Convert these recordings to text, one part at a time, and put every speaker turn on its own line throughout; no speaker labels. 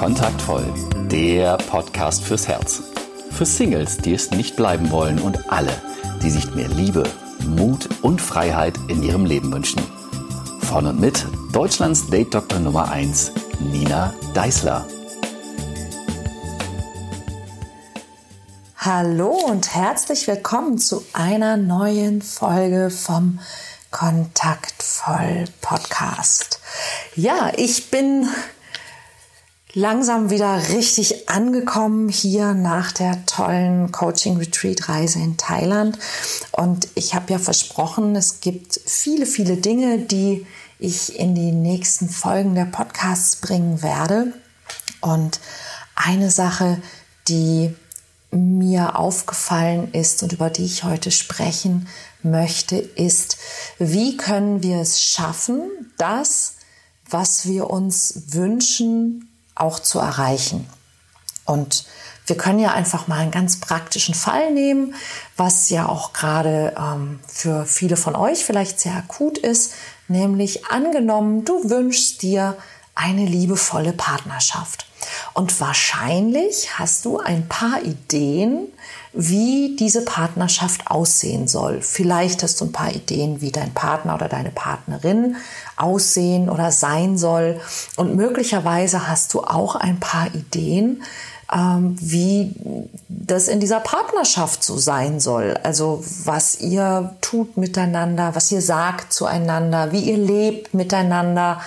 Kontaktvoll, der Podcast fürs Herz. Für Singles, die es nicht bleiben wollen und alle, die sich mehr Liebe, Mut und Freiheit in ihrem Leben wünschen. Von und mit Deutschlands Date-Doktor Nummer 1, Nina Deißler.
Hallo und herzlich willkommen zu einer neuen Folge vom Kontaktvoll Podcast. Ja, ich bin langsam wieder richtig angekommen hier nach der tollen Coaching-Retreat-Reise in Thailand. Und ich habe ja versprochen, es gibt viele, viele Dinge, die ich in die nächsten Folgen der Podcasts bringen werde. Und eine Sache, die mir aufgefallen ist und über die ich heute sprechen möchte, ist, wie können wir es schaffen, das, was wir uns wünschen, auch zu erreichen. Und wir können ja einfach mal einen ganz praktischen Fall nehmen, was ja auch gerade für viele von euch vielleicht sehr akut ist, nämlich angenommen, du wünschst dir eine liebevolle Partnerschaft. Und wahrscheinlich hast du ein paar Ideen, wie diese Partnerschaft aussehen soll. Vielleicht hast du ein paar Ideen, wie dein Partner oder deine Partnerin aussehen oder sein soll. Und möglicherweise hast du auch ein paar Ideen, wie das in dieser Partnerschaft so sein soll. Also was ihr tut miteinander, was ihr sagt zueinander, wie ihr lebt miteinander,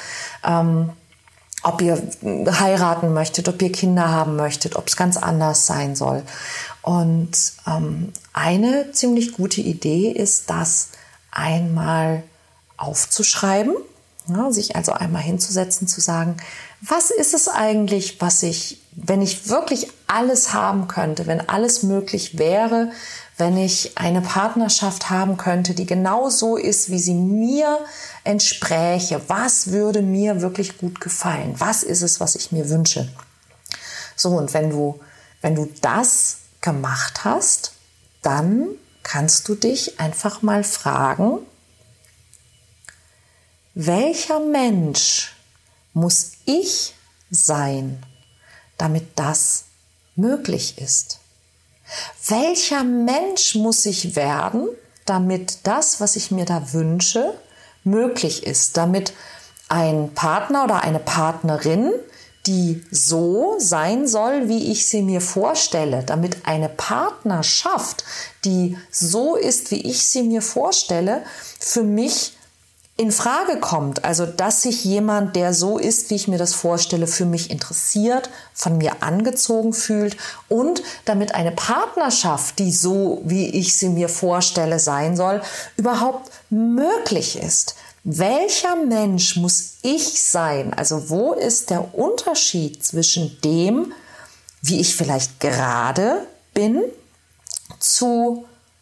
ob ihr heiraten möchtet, ob ihr Kinder haben möchtet, ob es ganz anders sein soll. Und eine ziemlich gute Idee ist, das einmal aufzuschreiben, ja, sich also einmal hinzusetzen, zu sagen, was ist es eigentlich, was ich, wenn ich wirklich alles haben könnte, wenn alles möglich wäre, wenn ich eine Partnerschaft haben könnte, die genau so ist, wie sie mir entspräche. Was würde mir wirklich gut gefallen? Was ist es, was ich mir wünsche? So, und wenn du das gemacht hast, dann kannst du dich einfach mal fragen, welcher Mensch muss ich sein, damit das möglich ist? Welcher Mensch muss ich werden, damit das, was ich mir da wünsche, möglich ist? Damit ein Partner oder eine Partnerin, die so sein soll, wie ich sie mir vorstelle, damit eine Partnerschaft, die so ist, wie ich sie mir vorstelle, für mich in Frage kommt, also dass sich jemand, der so ist, wie ich mir das vorstelle, für mich interessiert, von mir angezogen fühlt und damit eine Partnerschaft, die so, wie ich sie mir vorstelle, sein soll, überhaupt möglich ist. Welcher Mensch muss ich sein? Also wo ist der Unterschied zwischen dem, wie ich vielleicht gerade bin, zu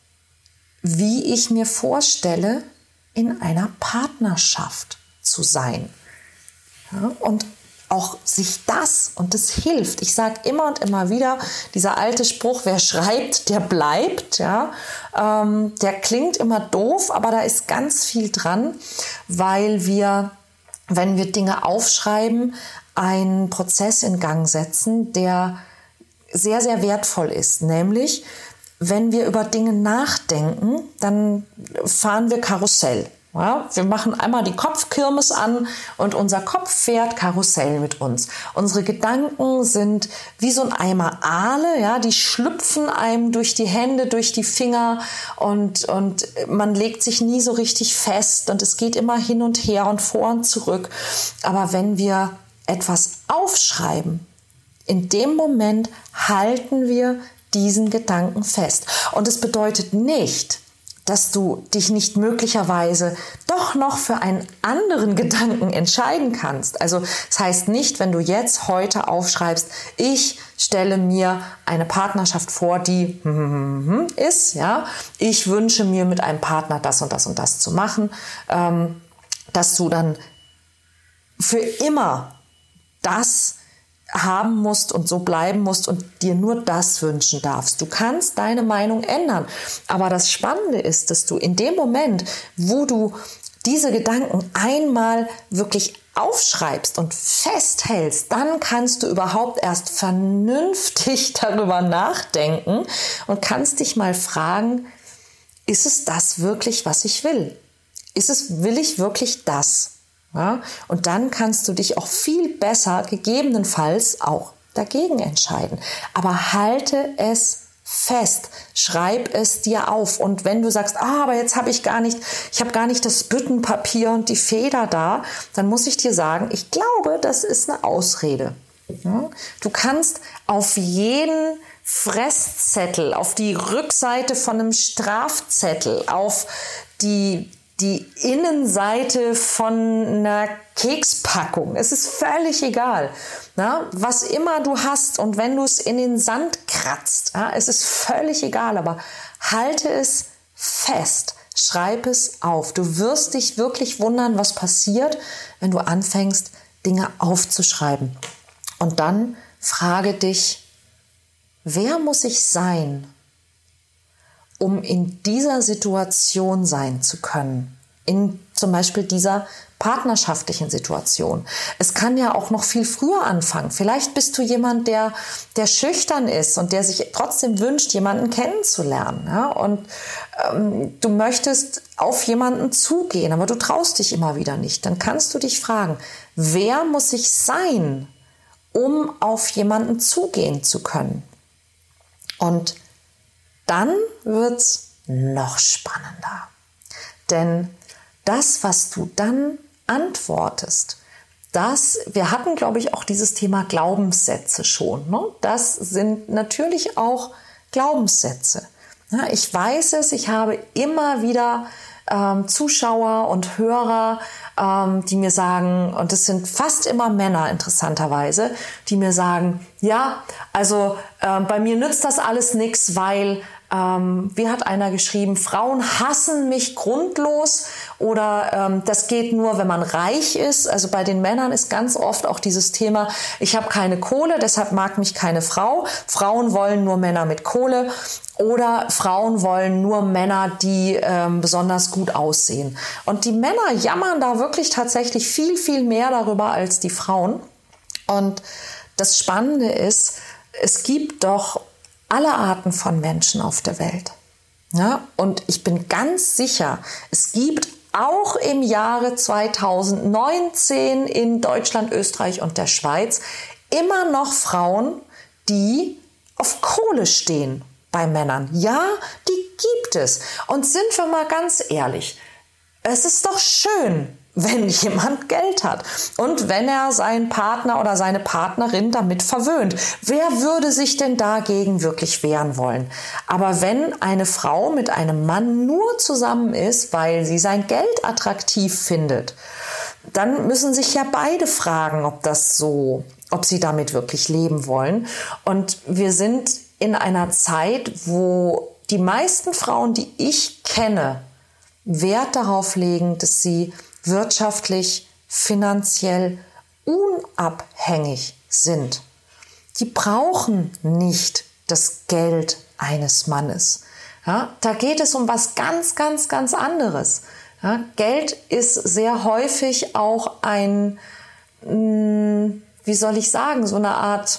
wie ich mir vorstelle, in einer Partnerschaft zu sein. Ja, und auch sich das, und das hilft. Ich sage immer und immer wieder, dieser alte Spruch, wer schreibt, der bleibt. Ja, der klingt immer doof, aber da ist ganz viel dran, weil wir, wenn wir Dinge aufschreiben, einen Prozess in Gang setzen, der sehr, sehr wertvoll ist. Nämlich, wenn wir über Dinge nachdenken, dann fahren wir Karussell. Ja, wir machen einmal die Kopfkirmes an und unser Kopf fährt Karussell mit uns. Unsere Gedanken sind wie so ein Eimer Aale, ja, die schlüpfen einem durch die Hände, durch die Finger und man legt sich nie so richtig fest und es geht immer hin und her und vor und zurück. Aber wenn wir etwas aufschreiben, in dem Moment halten wir diesen Gedanken fest. Und es bedeutet nicht, dass du dich nicht möglicherweise doch noch für einen anderen Gedanken entscheiden kannst. Also das heißt nicht, wenn du jetzt heute aufschreibst, ich stelle mir eine Partnerschaft vor, die ist, ja, ich wünsche mir mit einem Partner das und das und das zu machen, dass du dann für immer das haben musst und so bleiben musst und dir nur das wünschen darfst. Du kannst deine Meinung ändern. Aber das Spannende ist, dass du in dem Moment, wo du diese Gedanken einmal wirklich aufschreibst und festhältst, dann kannst du überhaupt erst vernünftig darüber nachdenken und kannst dich mal fragen, ist es das wirklich, was ich will? Will ich wirklich das? Ja? Und dann kannst du dich auch viel besser, gegebenenfalls auch dagegen entscheiden. Aber halte es fest, schreib es dir auf. Und wenn du sagst, aber jetzt habe ich gar nicht das Büttenpapier und die Feder da, dann muss ich dir sagen, ich glaube, das ist eine Ausrede. Ja? Du kannst auf jeden Fresszettel, auf die Rückseite von einem Strafzettel, auf die Innenseite von einer Kekspackung. Es ist völlig egal, was immer du hast, und wenn du es in den Sand kratzt, es ist völlig egal, aber halte es fest, schreib es auf. Du wirst dich wirklich wundern, was passiert, wenn du anfängst, Dinge aufzuschreiben. Und dann frage dich, wer muss ich sein, um in dieser Situation sein zu können? In zum Beispiel dieser partnerschaftlichen Situation. Es kann ja auch noch viel früher anfangen. Vielleicht bist du jemand, der schüchtern ist und der sich trotzdem wünscht, jemanden kennenzulernen. Ja? Und du möchtest auf jemanden zugehen, aber du traust dich immer wieder nicht. Dann kannst du dich fragen, wer muss ich sein, um auf jemanden zugehen zu können? Und dann wird's noch spannender. Denn das, was du dann antwortest, wir hatten, glaube ich, auch dieses Thema Glaubenssätze schon. Ne? Das sind natürlich auch Glaubenssätze. Ja, ich weiß es, ich habe immer wieder Zuschauer und Hörer, die mir sagen, und das sind fast immer Männer interessanterweise, die mir sagen, ja, also bei mir nützt das alles nichts, weil, wie hat einer geschrieben, Frauen hassen mich grundlos, oder das geht nur, wenn man reich ist. Also bei den Männern ist ganz oft auch dieses Thema, ich habe keine Kohle, deshalb mag mich keine Frau. Frauen wollen nur Männer mit Kohle, oder Frauen wollen nur Männer, die besonders gut aussehen. Und die Männer jammern da wirklich tatsächlich viel, viel mehr darüber als die Frauen. Und das Spannende ist, es gibt doch alle Arten von Menschen auf der Welt. Ja? Und ich bin ganz sicher, es gibt auch im Jahre 2019 in Deutschland, Österreich und der Schweiz immer noch Frauen, die auf Kohle stehen bei Männern. Ja, die gibt es. Und sind wir mal ganz ehrlich, es ist doch schön, wenn jemand Geld hat und wenn er seinen Partner oder seine Partnerin damit verwöhnt. Wer würde sich denn dagegen wirklich wehren wollen? Aber wenn eine Frau mit einem Mann nur zusammen ist, weil sie sein Geld attraktiv findet, dann müssen sich ja beide fragen, ob sie damit wirklich leben wollen. Und wir sind in einer Zeit, wo die meisten Frauen, die ich kenne, Wert darauf legen, dass sie wirtschaftlich, finanziell unabhängig sind. Die brauchen nicht das Geld eines Mannes. Ja, da geht es um was ganz, ganz, ganz anderes. Ja, Geld ist sehr häufig auch ein, wie soll ich sagen, so eine Art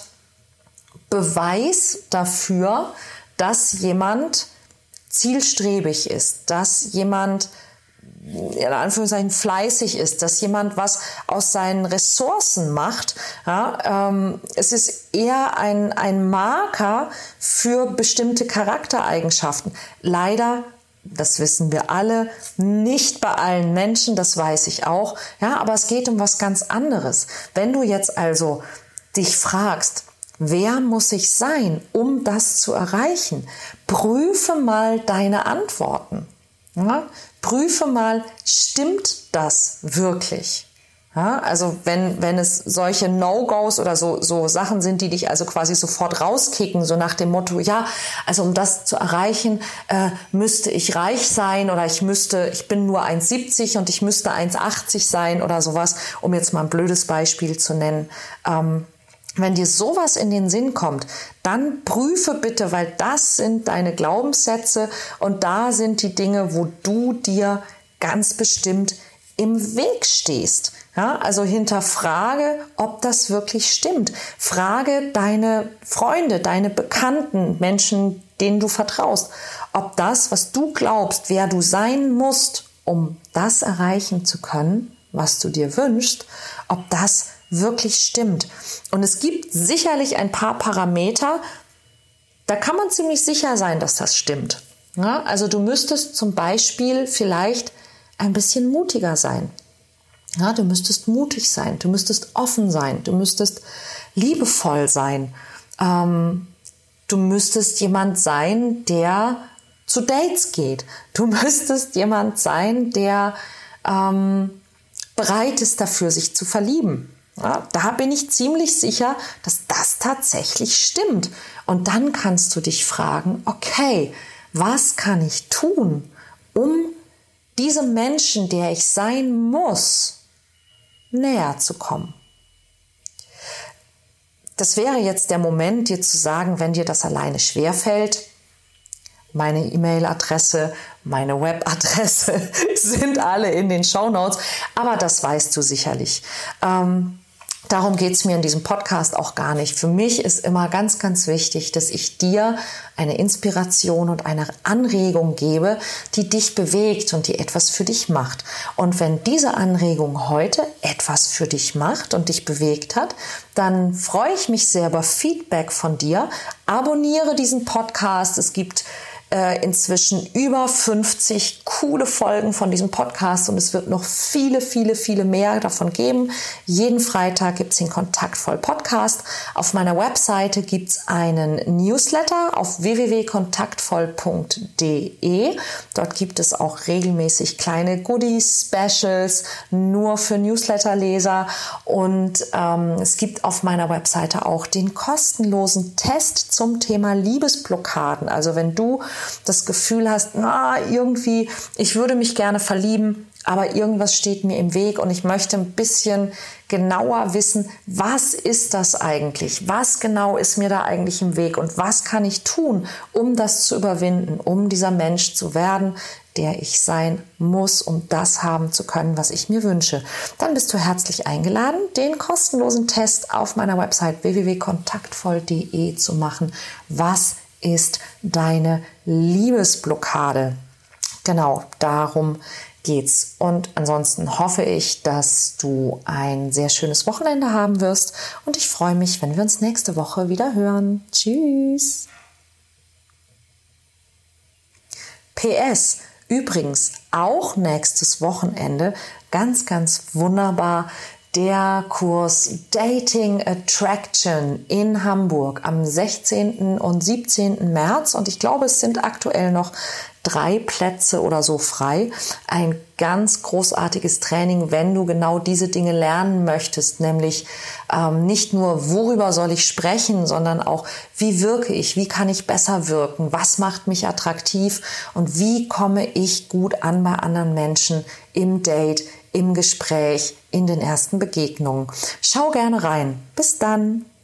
Beweis dafür, dass jemand zielstrebig ist, dass jemand in Anführungszeichen fleißig ist, dass jemand was aus seinen Ressourcen macht. Ja, es ist eher ein Marker für bestimmte Charaktereigenschaften. Leider, das wissen wir alle, nicht bei allen Menschen, das weiß ich auch. Ja, aber es geht um was ganz anderes. Wenn du jetzt also dich fragst, wer muss ich sein, um das zu erreichen? Prüfe mal deine Antworten. Ja? Prüfe mal, stimmt das wirklich? Ja, also wenn es solche No-Gos oder so Sachen sind, die dich also quasi sofort rauskicken, so nach dem Motto, ja, also um das zu erreichen, müsste ich reich sein, oder ich bin nur 1,70 und ich müsste 1,80 sein oder sowas, um jetzt mal ein blödes Beispiel zu nennen. Wenn dir sowas in den Sinn kommt, dann prüfe bitte, weil das sind deine Glaubenssätze und da sind die Dinge, wo du dir ganz bestimmt im Weg stehst. Ja, also hinterfrage, ob das wirklich stimmt. Frage deine Freunde, deine Bekannten, Menschen, denen du vertraust, ob das, was du glaubst, wer du sein musst, um das erreichen zu können, was du dir wünschst, ob das wirklich stimmt. Und es gibt sicherlich ein paar Parameter, da kann man ziemlich sicher sein, dass das stimmt. Ja, also du müsstest zum Beispiel vielleicht ein bisschen mutiger sein. Ja, du müsstest mutig sein, du müsstest offen sein, du müsstest liebevoll sein. Du müsstest jemand sein, der zu Dates geht. Du müsstest jemand sein, der bereit ist dafür, sich zu verlieben. Ja, da bin ich ziemlich sicher, dass das tatsächlich stimmt. Und dann kannst du dich fragen, okay, was kann ich tun, um diesem Menschen, der ich sein muss, näher zu kommen? Das wäre jetzt der Moment, dir zu sagen, wenn dir das alleine schwerfällt, meine E-Mail-Adresse, meine Webadresse sind alle in den Shownotes, aber das weißt du sicherlich. Darum geht es mir in diesem Podcast auch gar nicht. Für mich ist immer ganz, ganz wichtig, dass ich dir eine Inspiration und eine Anregung gebe, die dich bewegt und die etwas für dich macht. Und wenn diese Anregung heute etwas für dich macht und dich bewegt hat, dann freue ich mich sehr über Feedback von dir. Abonniere diesen Podcast. Es gibt inzwischen über 50 coole Folgen von diesem Podcast und es wird noch viele, viele, viele mehr davon geben. Jeden Freitag gibt es den Kontaktvoll Podcast. Auf meiner Webseite gibt es einen Newsletter auf www.kontaktvoll.de. Dort gibt es auch regelmäßig kleine Goodies, Specials, nur für Newsletterleser und es gibt auf meiner Webseite auch den kostenlosen Test zum Thema Liebesblockaden. Also wenn du das Gefühl hast, irgendwie, ich würde mich gerne verlieben, aber irgendwas steht mir im Weg und ich möchte ein bisschen genauer wissen, was ist das eigentlich? Was genau ist mir da eigentlich im Weg und was kann ich tun, um das zu überwinden, um dieser Mensch zu werden, der ich sein muss, um das haben zu können, was ich mir wünsche. Dann bist du herzlich eingeladen, den kostenlosen Test auf meiner Website www.kontaktvoll.de zu machen. Was ist deine Liebesblockade? Genau, darum geht's. Und ansonsten hoffe ich, dass du ein sehr schönes Wochenende haben wirst und ich freue mich, wenn wir uns nächste Woche wieder hören. Tschüss! PS, übrigens auch nächstes Wochenende ganz, ganz wunderbar der Kurs Dating Attraction in Hamburg am 16. und 17. März und ich glaube, es sind aktuell noch 3 Plätze oder so frei. Ein ganz großartiges Training, wenn du genau diese Dinge lernen möchtest, nämlich nicht nur, worüber soll ich sprechen, sondern auch, wie wirke ich, wie kann ich besser wirken, was macht mich attraktiv und wie komme ich gut an bei anderen Menschen im Date, im Gespräch, in den ersten Begegnungen. Schau gerne rein. Bis dann!